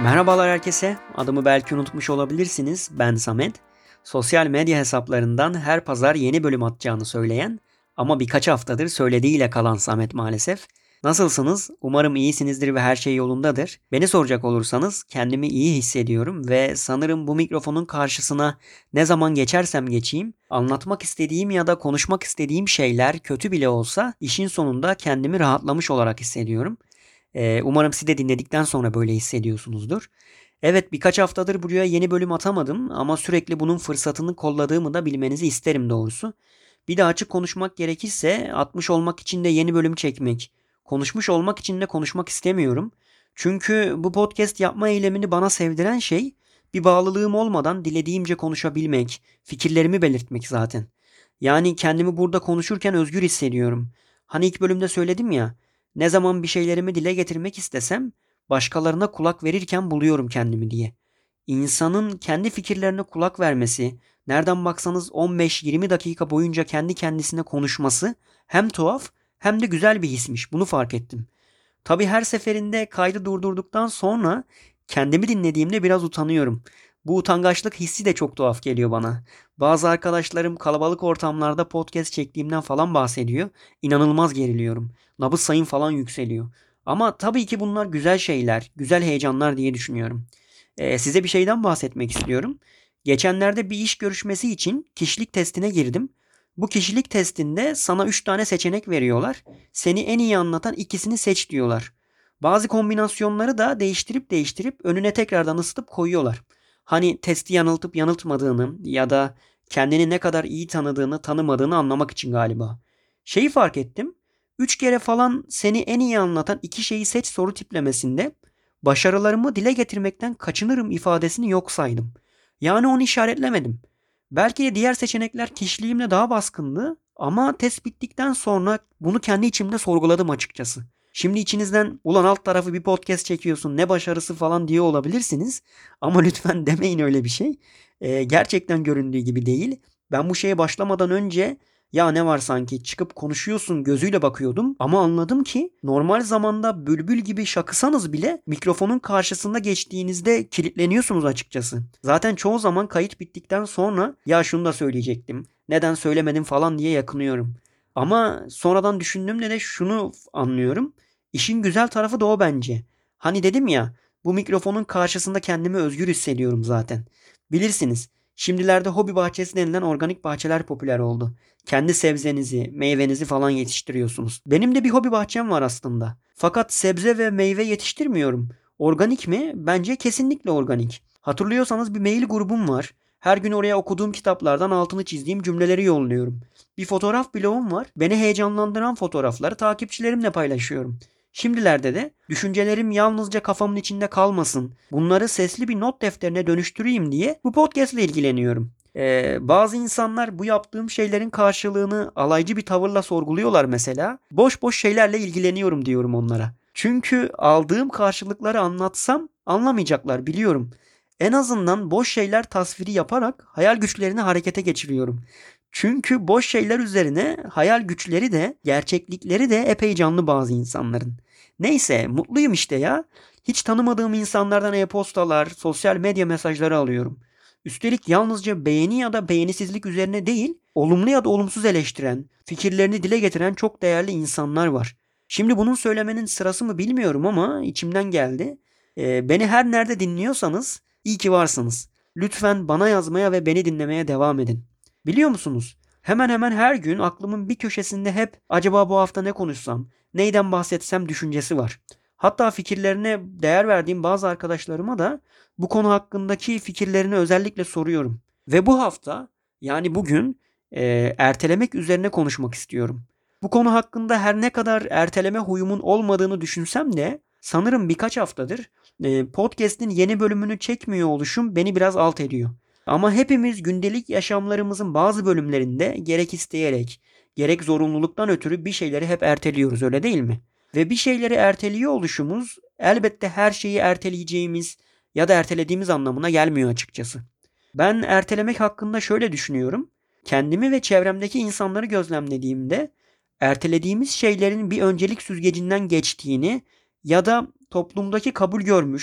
Merhabalar herkese. Adımı belki unutmuş olabilirsiniz. Ben Samet. Sosyal medya hesaplarından her pazar yeni bölüm atacağını söyleyen ama birkaç haftadır söylediğiyle kalan Samet maalesef. Nasılsınız? Umarım iyisinizdir ve her şey yolundadır. Beni soracak olursanız kendimi iyi hissediyorum ve sanırım bu mikrofonun karşısına ne zaman geçersem geçeyim, anlatmak istediğim ya da konuşmak istediğim şeyler kötü bile olsa işin sonunda kendimi rahatlamış olarak hissediyorum. Umarım siz de dinledikten sonra böyle hissediyorsunuzdur. Evet, birkaç haftadır buraya yeni bölüm atamadım ama sürekli bunun fırsatını kolladığımı da bilmenizi isterim doğrusu. Bir de açık konuşmak gerekirse atmış olmak için de yeni bölüm çekmek, konuşmuş olmak için de konuşmak istemiyorum. Çünkü bu podcast yapma eylemini bana sevdiren şey bir bağlılığım olmadan dilediğimce konuşabilmek, fikirlerimi belirtmek zaten. Yani kendimi burada konuşurken özgür hissediyorum. Hani ilk bölümde söyledim ya, ne zaman bir şeylerimi dile getirmek istesem başkalarına kulak verirken buluyorum kendimi diye. İnsanın kendi fikirlerine kulak vermesi, nereden baksanız 15-20 dakika boyunca kendi kendisine konuşması hem tuhaf hem de güzel bir hismiş. Bunu fark ettim. Tabii her seferinde kaydı durdurduktan sonra kendimi dinlediğimde biraz utanıyorum. Bu utangaçlık hissi de çok tuhaf geliyor bana. Bazı arkadaşlarım kalabalık ortamlarda podcast çektiğimden falan bahsediyor. İnanılmaz geriliyorum. Nabız sayım falan yükseliyor. Ama tabii ki bunlar güzel şeyler, güzel heyecanlar diye düşünüyorum. Size bir şeyden bahsetmek istiyorum. Geçenlerde bir iş görüşmesi için kişilik testine girdim. Bu kişilik testinde sana 3 tane seçenek veriyorlar. Seni en iyi anlatan ikisini seç diyorlar. Bazı kombinasyonları da değiştirip önüne tekrardan ısıtıp koyuyorlar. Hani testi yanıltıp yanıltmadığını ya da kendini ne kadar iyi tanıdığını tanımadığını anlamak için galiba. Şeyi fark ettim. 3 kere falan seni en iyi anlatan iki şeyi seç soru tiplemesinde başarılarımı dile getirmekten kaçınırım ifadesini yok saydım. Yani onu işaretlemedim. Belki de diğer seçenekler kişiliğimle daha baskındı ama test bittikten sonra bunu kendi içimde sorguladım açıkçası. Şimdi içinizden ulan alt tarafı bir podcast çekiyorsun ne başarısı falan diye olabilirsiniz. Ama lütfen demeyin öyle bir şey. Gerçekten göründüğü gibi değil. Ben bu şeye başlamadan önce ya ne var sanki çıkıp konuşuyorsun gözüyle bakıyordum ama anladım ki normal zamanda bülbül gibi şakısanız bile mikrofonun karşısında geçtiğinizde kilitleniyorsunuz açıkçası. Zaten çoğu zaman kayıt bittikten sonra ya şunu da söyleyecektim, neden söylemedim falan diye yakınıyorum. Ama sonradan düşündüğümde de şunu anlıyorum. İşin güzel tarafı da o bence. Hani dedim ya, bu mikrofonun karşısında kendimi özgür hissediyorum zaten. Bilirsiniz, şimdilerde hobi bahçesi denilen organik bahçeler popüler oldu. Kendi sebzenizi, meyvenizi falan yetiştiriyorsunuz. Benim de bir hobi bahçem var aslında. Fakat sebze ve meyve yetiştirmiyorum. Organik mi? Bence kesinlikle organik. Hatırlıyorsanız bir mail grubum var. Her gün oraya okuduğum kitaplardan altını çizdiğim cümleleri yolluyorum. Bir fotoğraf blogum var. Beni heyecanlandıran fotoğrafları takipçilerimle paylaşıyorum. Şimdilerde de düşüncelerim yalnızca kafamın içinde kalmasın, bunları sesli bir not defterine dönüştüreyim diye bu podcast ile ilgileniyorum. Bazı insanlar bu yaptığım şeylerin karşılığını alaycı bir tavırla sorguluyorlar mesela. Boş boş şeylerle ilgileniyorum diyorum onlara. Çünkü aldığım karşılıkları anlatsam anlamayacaklar biliyorum. En azından boş şeyler tasviri yaparak hayal güçlerini harekete geçiriyorum. Çünkü boş şeyler üzerine hayal güçleri de gerçeklikleri de epey canlı bazı insanların. Neyse mutluyum işte ya. Hiç tanımadığım insanlardan e-postalar, sosyal medya mesajları alıyorum. Üstelik yalnızca beğeni ya da beğenisizlik üzerine değil, olumlu ya da olumsuz eleştiren, fikirlerini dile getiren çok değerli insanlar var. Şimdi bunun söylemenin sırası mı bilmiyorum ama içimden geldi. Beni her nerede dinliyorsanız iyi ki varsınız. Lütfen bana yazmaya ve beni dinlemeye devam edin. Biliyor musunuz? Hemen hemen her gün aklımın bir köşesinde hep acaba bu hafta ne konuşsam, neyden bahsetsem düşüncesi var. Hatta fikirlerine değer verdiğim bazı arkadaşlarıma da bu konu hakkındaki fikirlerini özellikle soruyorum. Ve bu hafta yani bugün ertelemek üzerine konuşmak istiyorum. Bu konu hakkında her ne kadar erteleme huyumun olmadığını düşünsem de sanırım birkaç haftadır podcast'in yeni bölümünü çekmiyor oluşum beni biraz alt ediyor. Ama hepimiz gündelik yaşamlarımızın bazı bölümlerinde gerek isteyerek, gerek zorunluluktan ötürü bir şeyleri hep erteliyoruz öyle değil mi? Ve bir şeyleri erteliyor oluşumuz elbette her şeyi erteleyeceğimiz ya da ertelediğimiz anlamına gelmiyor açıkçası. Ben ertelemek hakkında şöyle düşünüyorum. Kendimi ve çevremdeki insanları gözlemlediğimde ertelediğimiz şeylerin bir öncelik süzgecinden geçtiğini ya da toplumdaki kabul görmüş,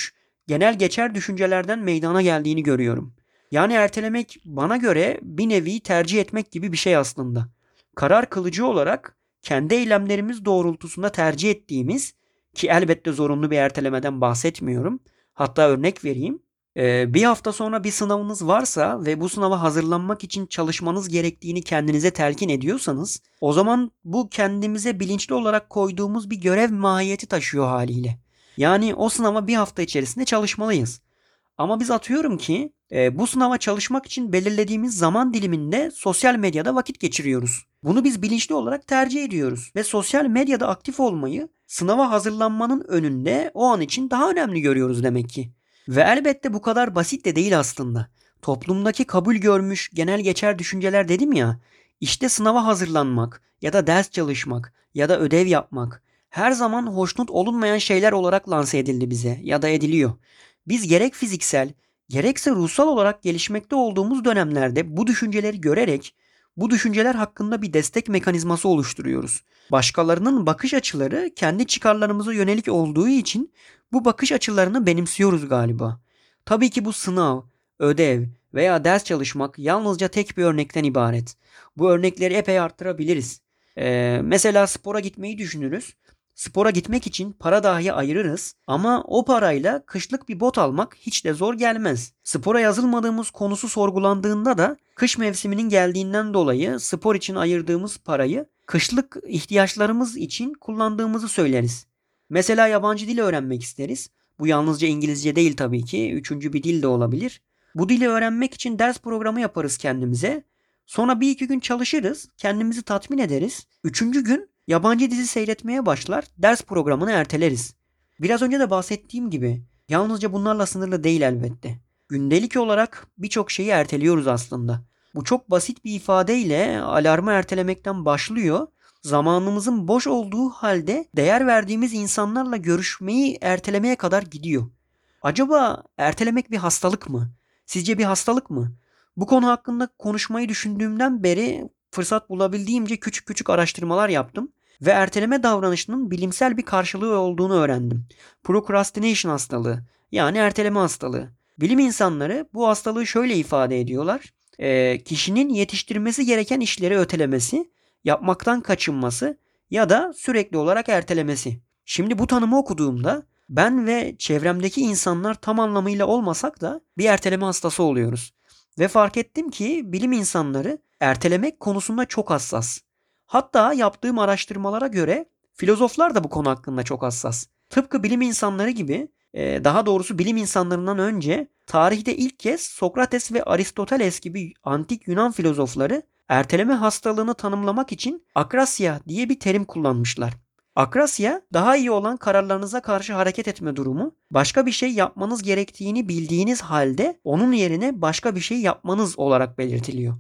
genel geçer düşüncelerden meydana geldiğini görüyorum. Yani ertelemek bana göre bir nevi tercih etmek gibi bir şey aslında. Karar kılıcı olarak kendi eylemlerimiz doğrultusunda tercih ettiğimiz, ki elbette zorunlu bir ertelemeden bahsetmiyorum. Hatta örnek vereyim. Bir hafta sonra bir sınavınız varsa ve bu sınava hazırlanmak için çalışmanız gerektiğini kendinize telkin ediyorsanız, o zaman bu kendimize bilinçli olarak koyduğumuz bir görev mahiyeti taşıyor haliyle. Yani o sınava bir hafta içerisinde çalışmalıyız. Ama biz atıyorum ki bu sınava çalışmak için belirlediğimiz zaman diliminde sosyal medyada vakit geçiriyoruz. Bunu biz bilinçli olarak tercih ediyoruz ve sosyal medyada aktif olmayı sınava hazırlanmanın önünde o an için daha önemli görüyoruz demek ki. Ve elbette bu kadar basit de değil aslında. Toplumdaki kabul görmüş genel geçer düşünceler dedim ya, işte sınava hazırlanmak ya da ders çalışmak ya da ödev yapmak her zaman hoşnut olunmayan şeyler olarak lanse edildi bize ya da ediliyor. Biz gerek fiziksel, gerekse ruhsal olarak gelişmekte olduğumuz dönemlerde bu düşünceleri görerek bu düşünceler hakkında bir destek mekanizması oluşturuyoruz. Başkalarının bakış açıları kendi çıkarlarımıza yönelik olduğu için bu bakış açılarını benimsiyoruz galiba. Tabii ki bu sınav, ödev veya ders çalışmak yalnızca tek bir örnekten ibaret. Bu örnekleri epey arttırabiliriz. Mesela spora gitmeyi düşünürüz. Spora gitmek için para dahi ayırırız ama o parayla kışlık bir bot almak hiç de zor gelmez. Spora yazılmadığımız konusu sorgulandığında da kış mevsiminin geldiğinden dolayı spor için ayırdığımız parayı kışlık ihtiyaçlarımız için kullandığımızı söyleriz. Mesela yabancı dil öğrenmek isteriz. Bu yalnızca İngilizce değil tabii ki. Üçüncü bir dil de olabilir. Bu dili öğrenmek için ders programı yaparız kendimize. Sonra bir iki gün çalışırız. Kendimizi tatmin ederiz. Üçüncü gün yabancı dizi seyretmeye başlar, ders programını erteleriz. Biraz önce de bahsettiğim gibi yalnızca bunlarla sınırlı değil elbette. Gündelik olarak birçok şeyi erteliyoruz aslında. Bu çok basit bir ifadeyle alarmı ertelemekten başlıyor. Zamanımızın boş olduğu halde değer verdiğimiz insanlarla görüşmeyi ertelemeye kadar gidiyor. Acaba ertelemek bir hastalık mı? Sizce bir hastalık mı? Bu konu hakkında konuşmayı düşündüğümden beri fırsat bulabildiğimce küçük küçük araştırmalar yaptım ve erteleme davranışının bilimsel bir karşılığı olduğunu öğrendim. Procrastination hastalığı, yani erteleme hastalığı. Bilim insanları bu hastalığı şöyle ifade ediyorlar. Kişinin yetiştirmesi gereken işleri ötelemesi, yapmaktan kaçınması ya da sürekli olarak ertelemesi. Şimdi bu tanımı okuduğumda ben ve çevremdeki insanlar tam anlamıyla olmasak da bir erteleme hastası oluyoruz. Ve fark ettim ki bilim insanları ertelemek konusunda çok hassas. Hatta yaptığım araştırmalara göre filozoflar da bu konu hakkında çok hassas. Tıpkı bilim insanları gibi, daha doğrusu bilim insanlarından önce tarihte ilk kez Sokrates ve Aristoteles gibi antik Yunan filozofları erteleme hastalığını tanımlamak için akrasya diye bir terim kullanmışlar. Akrasya, daha iyi olan kararlarınıza karşı hareket etme durumu, başka bir şey yapmanız gerektiğini bildiğiniz halde onun yerine başka bir şey yapmanız olarak belirtiliyor.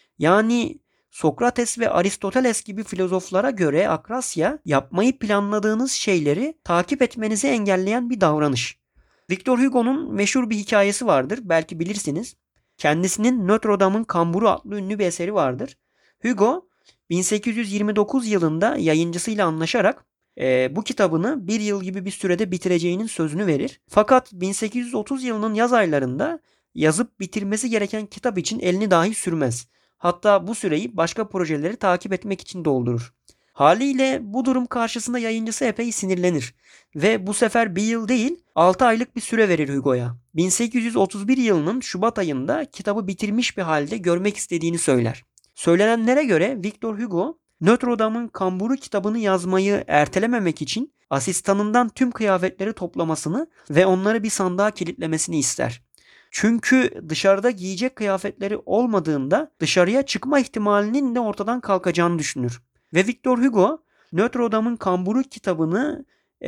Yani Sokrates ve Aristoteles gibi filozoflara göre akrasya, yapmayı planladığınız şeyleri takip etmenizi engelleyen bir davranış. Victor Hugo'nun meşhur bir hikayesi vardır, belki bilirsiniz. Kendisinin Notre Dame'ın Kamburu adlı ünlü bir eseri vardır. Hugo 1829 yılında yayıncısıyla anlaşarak bu kitabını bir yıl gibi bir sürede bitireceğinin sözünü verir. Fakat 1830 yılının yaz aylarında yazıp bitirmesi gereken kitap için elini dahi sürmez. Hatta bu süreyi başka projeleri takip etmek için doldurur. Haliyle bu durum karşısında yayıncısı epey sinirlenir ve bu sefer bir yıl değil 6 aylık bir süre verir Hugo'ya. 1831 yılının Şubat ayında kitabı bitirmiş bir halde görmek istediğini söyler. Söylenenlere göre Victor Hugo, Notre Dame'ın Kamburu kitabını yazmayı ertelememek için asistanından tüm kıyafetleri toplamasını ve onları bir sandığa kilitlemesini ister. Çünkü dışarıda giyecek kıyafetleri olmadığında dışarıya çıkma ihtimalinin de ortadan kalkacağını düşünür. Ve Victor Hugo Notre Dame'ın Kamburu kitabını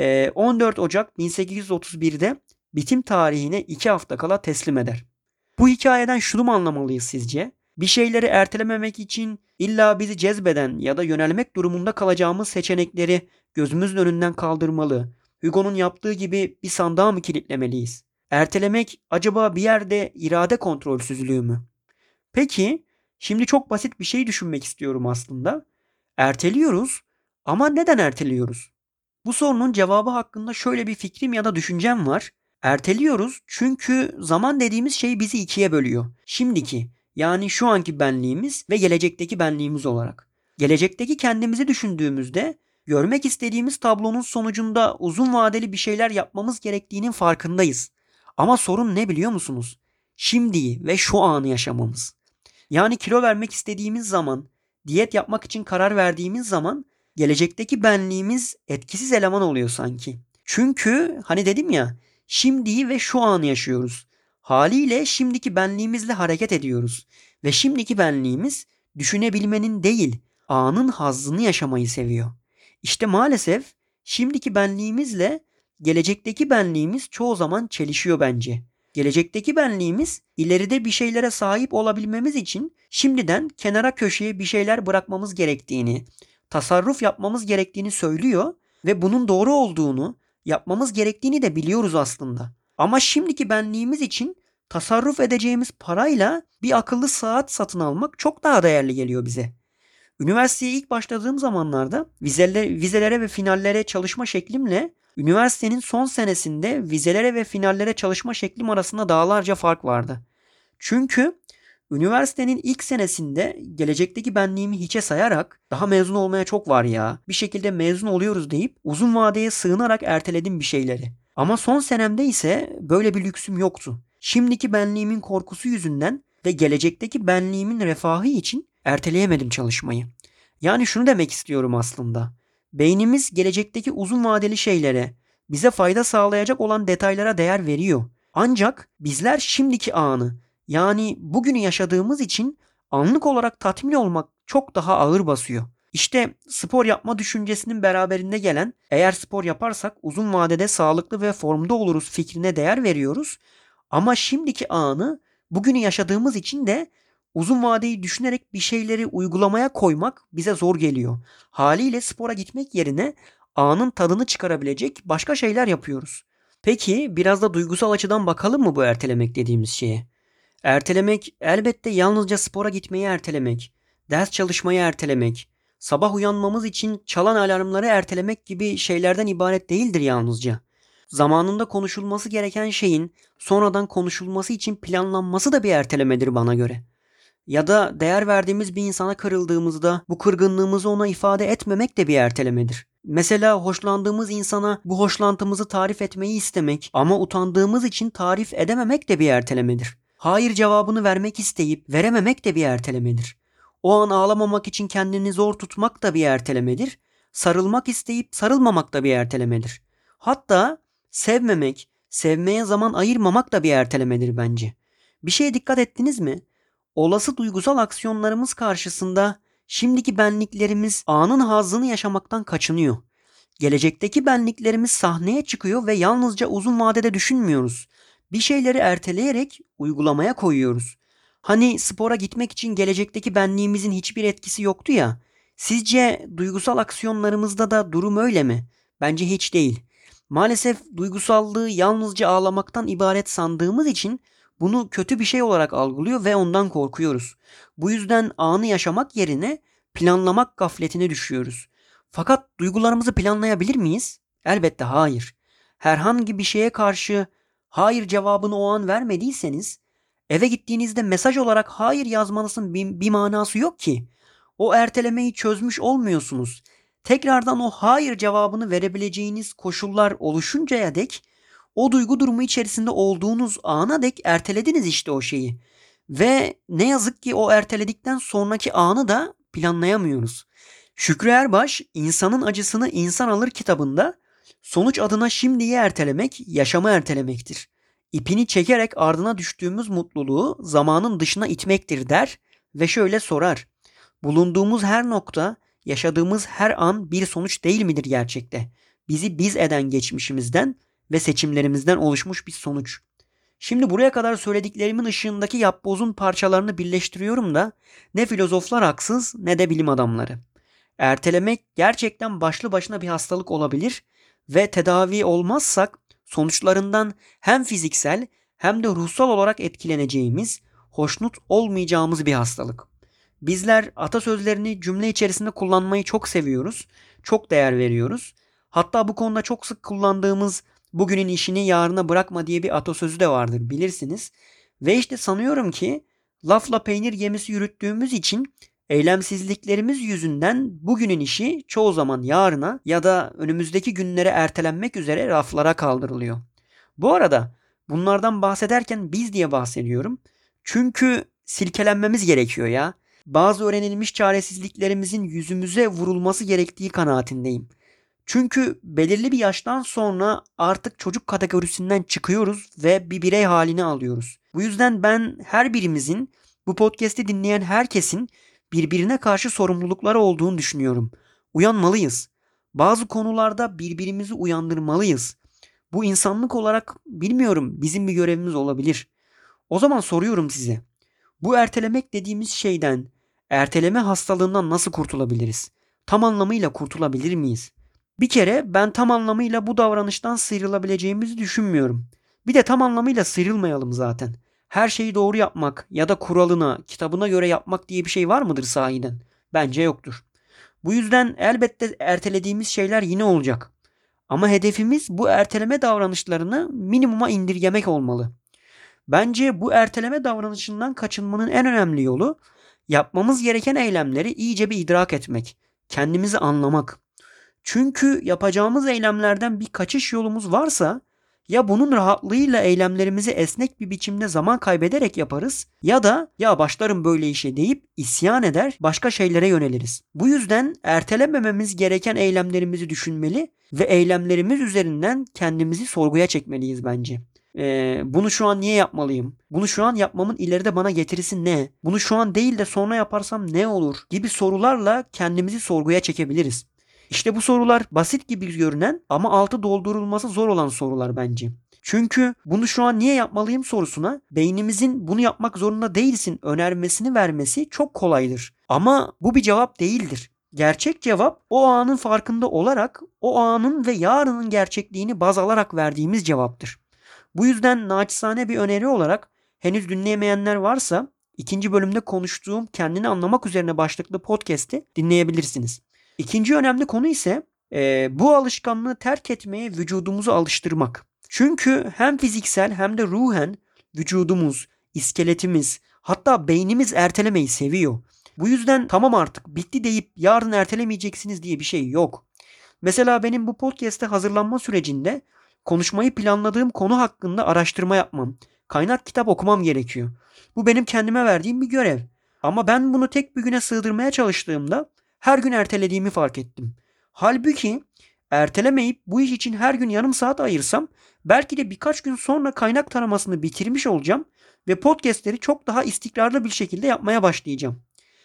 14 Ocak 1831'de bitim tarihine 2 hafta kala teslim eder. Bu hikayeden şunu mu anlamalıyız sizce? Bir şeyleri ertelememek için illa bizi cezbeden ya da yönelmek durumunda kalacağımız seçenekleri gözümüzün önünden kaldırmalı. Hugo'nun yaptığı gibi bir sandığa mı kilitlemeliyiz? Ertelemek acaba bir yerde irade kontrolsüzlüğü mü? Peki, şimdi çok basit bir şey düşünmek istiyorum aslında. Erteliyoruz ama neden erteliyoruz? Bu sorunun cevabı hakkında şöyle bir fikrim ya da düşüncem var. Erteliyoruz çünkü zaman dediğimiz şey bizi ikiye bölüyor. Şimdiki, yani şu anki benliğimiz ve gelecekteki benliğimiz olarak. Gelecekteki kendimizi düşündüğümüzde görmek istediğimiz tablonun sonucunda uzun vadeli bir şeyler yapmamız gerektiğinin farkındayız. Ama sorun ne biliyor musunuz? Şimdiyi ve şu anı yaşamamız. Yani kilo vermek istediğimiz zaman, diyet yapmak için karar verdiğimiz zaman gelecekteki benliğimiz etkisiz eleman oluyor sanki. Çünkü hani dedim ya, şimdiyi ve şu anı yaşıyoruz. Haliyle şimdiki benliğimizle hareket ediyoruz. Ve şimdiki benliğimiz düşünebilmenin değil, anın hazzını yaşamayı seviyor. İşte maalesef şimdiki benliğimizle gelecekteki benliğimiz çoğu zaman çelişiyor bence. Gelecekteki benliğimiz ileride bir şeylere sahip olabilmemiz için şimdiden kenara köşeye bir şeyler bırakmamız gerektiğini, tasarruf yapmamız gerektiğini söylüyor ve bunun doğru olduğunu, yapmamız gerektiğini de biliyoruz aslında. Ama şimdiki benliğimiz için tasarruf edeceğimiz parayla bir akıllı saat satın almak çok daha değerli geliyor bize. Üniversiteye ilk başladığım zamanlarda vizelere ve finallere çalışma şeklimle üniversitenin son senesinde vizelere ve finallere çalışma şeklim arasında dağlarca fark vardı. Çünkü üniversitenin ilk senesinde gelecekteki benliğimi hiçe sayarak daha mezun olmaya çok var ya, bir şekilde mezun oluyoruz deyip uzun vadeye sığınarak erteledim bir şeyleri. Ama son senemde ise böyle bir lüksüm yoktu. Şimdiki benliğimin korkusu yüzünden ve gelecekteki benliğimin refahı için erteleyemedim çalışmayı. Yani şunu demek istiyorum aslında. Beynimiz gelecekteki uzun vadeli şeylere, bize fayda sağlayacak olan detaylara değer veriyor. Ancak bizler şimdiki anı, yani bugünü yaşadığımız için anlık olarak tatmin olmak çok daha ağır basıyor. İşte spor yapma düşüncesinin beraberinde gelen, eğer spor yaparsak uzun vadede sağlıklı ve formda oluruz fikrine değer veriyoruz. Ama şimdiki anı bugünü yaşadığımız için de uzun vadeyi düşünerek bir şeyleri uygulamaya koymak bize zor geliyor. Haliyle spora gitmek yerine anın tadını çıkarabilecek başka şeyler yapıyoruz. Peki biraz da duygusal açıdan bakalım mı bu ertelemek dediğimiz şeye? Ertelemek elbette yalnızca spora gitmeyi ertelemek, ders çalışmayı ertelemek, sabah uyanmamız için çalan alarmları ertelemek gibi şeylerden ibaret değildir yalnızca. Zamanında konuşulması gereken şeyin sonradan konuşulması için planlanması da bir ertelemedir bana göre. Ya da değer verdiğimiz bir insana kırıldığımızda bu kırgınlığımızı ona ifade etmemek de bir ertelemedir. Mesela hoşlandığımız insana bu hoşlantımızı tarif etmeyi istemek ama utandığımız için tarif edememek de bir ertelemedir. Hayır cevabını vermek isteyip verememek de bir ertelemedir. O an ağlamamak için kendini zor tutmak da bir ertelemedir. Sarılmak isteyip sarılmamak da bir ertelemedir. Hatta sevmemek, sevmeye zaman ayırmamak da bir ertelemedir bence. Bir şeye dikkat ettiniz mi? Olası duygusal aksiyonlarımız karşısında şimdiki benliklerimiz anın hazzını yaşamaktan kaçınıyor. Gelecekteki benliklerimiz sahneye çıkıyor ve yalnızca uzun vadede düşünmüyoruz. Bir şeyleri erteleyerek uygulamaya koyuyoruz. Hani spora gitmek için gelecekteki benliğimizin hiçbir etkisi yoktu ya. Sizce duygusal aksiyonlarımızda da durum öyle mi? Bence hiç değil. Maalesef duygusallığı yalnızca ağlamaktan ibaret sandığımız için bunu kötü bir şey olarak algılıyor ve ondan korkuyoruz. Bu yüzden anı yaşamak yerine planlamak gafletine düşüyoruz. Fakat duygularımızı planlayabilir miyiz? Elbette hayır. Herhangi bir şeye karşı hayır cevabını o an vermediyseniz eve gittiğinizde mesaj olarak hayır yazmanızın bir manası yok ki. O ertelemeyi çözmüş olmuyorsunuz. Tekrardan o hayır cevabını verebileceğiniz koşullar oluşuncaya dek o duygu durumu içerisinde olduğunuz ana dek ertelediniz işte o şeyi. Ve ne yazık ki o erteledikten sonraki anı da planlayamıyoruz. Şükrü Erbaş, İnsanın Acısını İnsan Alır kitabında sonuç adına şimdiyi ertelemek, yaşamı ertelemektir. İpini çekerek ardına düştüğümüz mutluluğu zamanın dışına itmektir der ve şöyle sorar. Bulunduğumuz her nokta, yaşadığımız her an bir sonuç değil midir gerçekte? Bizi biz eden geçmişimizden ve seçimlerimizden oluşmuş bir sonuç. Şimdi buraya kadar söylediklerimin ışığındaki yapbozun parçalarını birleştiriyorum da ne filozoflar haksız ne de bilim adamları. Ertelemek gerçekten başlı başına bir hastalık olabilir ve tedavi olmazsak sonuçlarından hem fiziksel hem de ruhsal olarak etkileneceğimiz, hoşnut olmayacağımız bir hastalık. Bizler atasözlerini cümle içerisinde kullanmayı çok seviyoruz, çok değer veriyoruz. Hatta bu konuda çok sık kullandığımız Bugünün işini yarına bırakma diye bir atasözü de vardır, bilirsiniz. Ve işte sanıyorum ki lafla peynir gemisi yürüttüğümüz için eylemsizliklerimiz yüzünden bugünün işi çoğu zaman yarına ya da önümüzdeki günlere ertelenmek üzere raflara kaldırılıyor. Bu arada bunlardan bahsederken biz diye bahsediyorum. Çünkü silkelenmemiz gerekiyor ya. Bazı öğrenilmiş çaresizliklerimizin yüzümüze vurulması gerektiği kanaatindeyim. Çünkü belirli bir yaştan sonra artık çocuk kategorisinden çıkıyoruz ve bir birey halini alıyoruz. Bu yüzden ben her birimizin, bu podcast'i dinleyen herkesin birbirine karşı sorumlulukları olduğunu düşünüyorum. Uyanmalıyız. Bazı konularda birbirimizi uyandırmalıyız. Bu insanlık olarak bilmiyorum, bizim bir görevimiz olabilir. O zaman soruyorum size. Bu ertelemek dediğimiz şeyden, erteleme hastalığından nasıl kurtulabiliriz? Tam anlamıyla kurtulabilir miyiz? Bir kere ben tam anlamıyla bu davranıştan sıyrılabileceğimizi düşünmüyorum. Bir de tam anlamıyla sıyrılmayalım zaten. Her şeyi doğru yapmak ya da kuralına, kitabına göre yapmak diye bir şey var mıdır sahiden? Bence yoktur. Bu yüzden elbette ertelediğimiz şeyler yine olacak. Ama hedefimiz bu erteleme davranışlarını minimuma indirgemek olmalı. Bence bu erteleme davranışından kaçınmanın en önemli yolu yapmamız gereken eylemleri iyice bir idrak etmek, kendimizi anlamak. Çünkü yapacağımız eylemlerden bir kaçış yolumuz varsa ya bunun rahatlığıyla eylemlerimizi esnek bir biçimde zaman kaybederek yaparız ya da ya başlarım böyle işe deyip isyan eder başka şeylere yöneliriz. Bu yüzden ertelemememiz gereken eylemlerimizi düşünmeli ve eylemlerimiz üzerinden kendimizi sorguya çekmeliyiz bence. Bunu şu an niye yapmalıyım? Bunu şu an yapmamın ileride bana getirisi ne? Bunu şu an değil de sonra yaparsam ne olur? Gibi sorularla kendimizi sorguya çekebiliriz. İşte bu sorular basit gibi görünen ama altı doldurulması zor olan sorular bence. Çünkü bunu şu an niye yapmalıyım sorusuna beynimizin bunu yapmak zorunda değilsin önermesini vermesi çok kolaydır. Ama bu bir cevap değildir. Gerçek cevap o anın farkında olarak o anın ve yarının gerçekliğini baz alarak verdiğimiz cevaptır. Bu yüzden naçizane bir öneri olarak henüz dinleyemeyenler varsa ikinci bölümde konuştuğum kendini anlamak üzerine başlıklı podcast'i dinleyebilirsiniz. İkinci önemli konu ise bu alışkanlığı terk etmeye vücudumuzu alıştırmak. Çünkü hem fiziksel hem de ruhen vücudumuz, iskeletimiz, hatta beynimiz ertelemeyi seviyor. Bu yüzden tamam artık bitti deyip yarın ertelemeyeceksiniz diye bir şey yok. Mesela benim bu podcast'e hazırlanma sürecinde konuşmayı planladığım konu hakkında araştırma yapmam, kaynak kitap okumam gerekiyor. Bu benim kendime verdiğim bir görev. Ama ben bunu tek bir güne sığdırmaya çalıştığımda her gün ertelediğimi fark ettim. Halbuki ertelemeyip bu iş için her gün yarım saat ayırsam belki de birkaç gün sonra kaynak taramasını bitirmiş olacağım ve podcastleri çok daha istikrarlı bir şekilde yapmaya başlayacağım.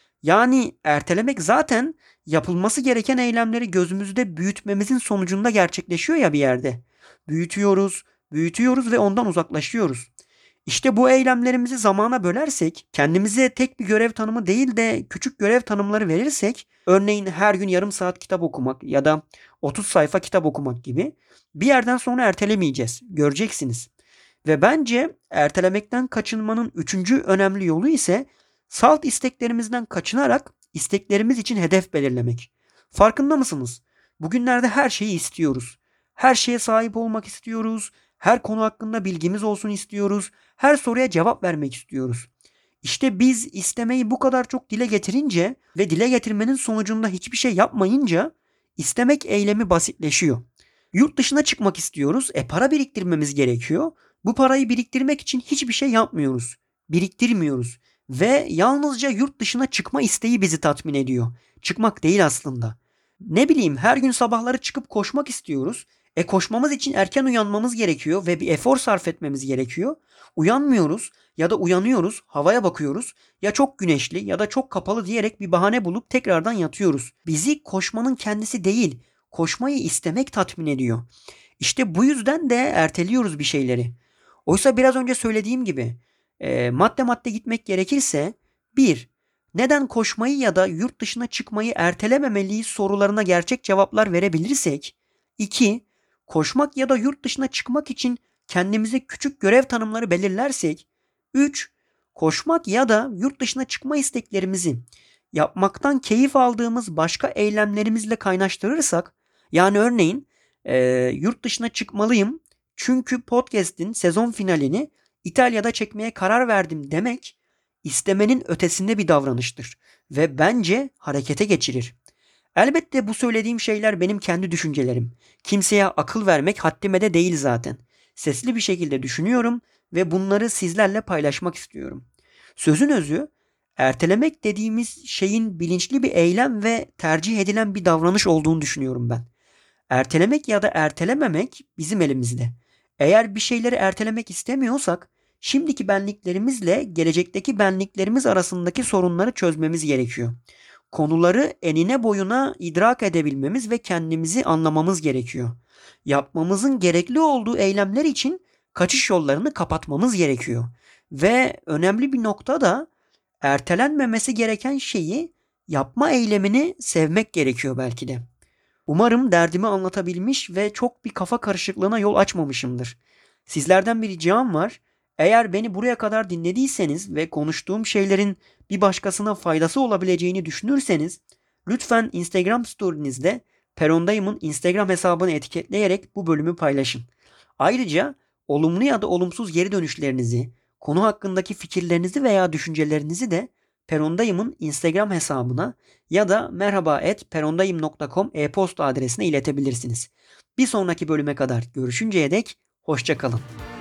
Yani ertelemek zaten yapılması gereken eylemleri gözümüzde büyütmemizin sonucunda gerçekleşiyor ya bir yerde. Büyütüyoruz, büyütüyoruz ve ondan uzaklaşıyoruz. İşte bu eylemlerimizi zamana bölersek, kendimize tek bir görev tanımı değil de küçük görev tanımları verirsek, örneğin her gün yarım saat kitap okumak ya da 30 sayfa kitap okumak gibi bir yerden sonra ertelemeyeceğiz. Göreceksiniz. Ve bence ertelemekten kaçınmanın üçüncü önemli yolu ise salt isteklerimizden kaçınarak isteklerimiz için hedef belirlemek. Farkında mısınız? Bugünlerde her şeyi istiyoruz. Her şeye sahip olmak istiyoruz. Her konu hakkında bilgimiz olsun istiyoruz. Her soruya cevap vermek istiyoruz. İşte biz istemeyi bu kadar çok dile getirince ve dile getirmenin sonucunda hiçbir şey yapmayınca istemek eylemi basitleşiyor. Yurt dışına çıkmak istiyoruz. Para biriktirmemiz gerekiyor. Bu parayı biriktirmek için hiçbir şey yapmıyoruz. Biriktirmiyoruz. Ve yalnızca yurt dışına çıkma isteği bizi tatmin ediyor. Çıkmak değil aslında. Ne bileyim her gün sabahları çıkıp koşmak istiyoruz. Koşmamız için erken uyanmamız gerekiyor ve bir efor sarf etmemiz gerekiyor. Uyanmıyoruz ya da uyanıyoruz, havaya bakıyoruz. Ya çok güneşli ya da çok kapalı diyerek bir bahane bulup tekrardan yatıyoruz. Bizi koşmanın kendisi değil, koşmayı istemek tatmin ediyor. İşte bu yüzden de erteliyoruz bir şeyleri. Oysa biraz önce söylediğim gibi madde madde gitmek gerekirse bir, neden koşmayı ya da yurt dışına çıkmayı ertelememeliyiz sorularına gerçek cevaplar verebilirsek, 2, koşmak ya da yurt dışına çıkmak için kendimize küçük görev tanımları belirlersek, 3, koşmak ya da yurt dışına çıkma isteklerimizi yapmaktan keyif aldığımız başka eylemlerimizle kaynaştırırsak, yani örneğin yurt dışına çıkmalıyım Çünkü podcast'in sezon finalini İtalya'da çekmeye karar verdim demek istemenin ötesinde bir davranıştır ve bence harekete geçirir. Elbette bu söylediğim şeyler benim kendi düşüncelerim. Kimseye akıl vermek haddime de değil zaten. Sesli bir şekilde düşünüyorum ve bunları sizlerle paylaşmak istiyorum. Sözün özü, ertelemek dediğimiz şeyin bilinçli bir eylem ve tercih edilen bir davranış olduğunu düşünüyorum ben. Ertelemek ya da ertelememek bizim elimizde. Eğer bir şeyleri ertelemek istemiyorsak, şimdiki benliklerimizle gelecekteki benliklerimiz arasındaki sorunları çözmemiz gerekiyor. Konuları enine boyuna idrak edebilmemiz ve kendimizi anlamamız gerekiyor. Yapmamızın gerekli olduğu eylemler için kaçış yollarını kapatmamız gerekiyor. Ve önemli bir nokta da ertelenmemesi gereken şeyi yapma eylemini sevmek gerekiyor belki de. Umarım derdimi anlatabilmiş ve çok bir kafa karışıklığına yol açmamışımdır. Sizlerden bir ricam var. Eğer beni buraya kadar dinlediyseniz ve konuştuğum şeylerin bir başkasına faydası olabileceğini düşünürseniz lütfen Instagram story'nizde Perondayım'ın Instagram hesabını etiketleyerek bu bölümü paylaşın. Ayrıca olumlu ya da olumsuz geri dönüşlerinizi, konu hakkındaki fikirlerinizi veya düşüncelerinizi de Perondayım'ın Instagram hesabına ya da merhaba@perondayım.com e-posta adresine iletebilirsiniz. Bir sonraki bölüme kadar görüşünceye dek hoşça kalın.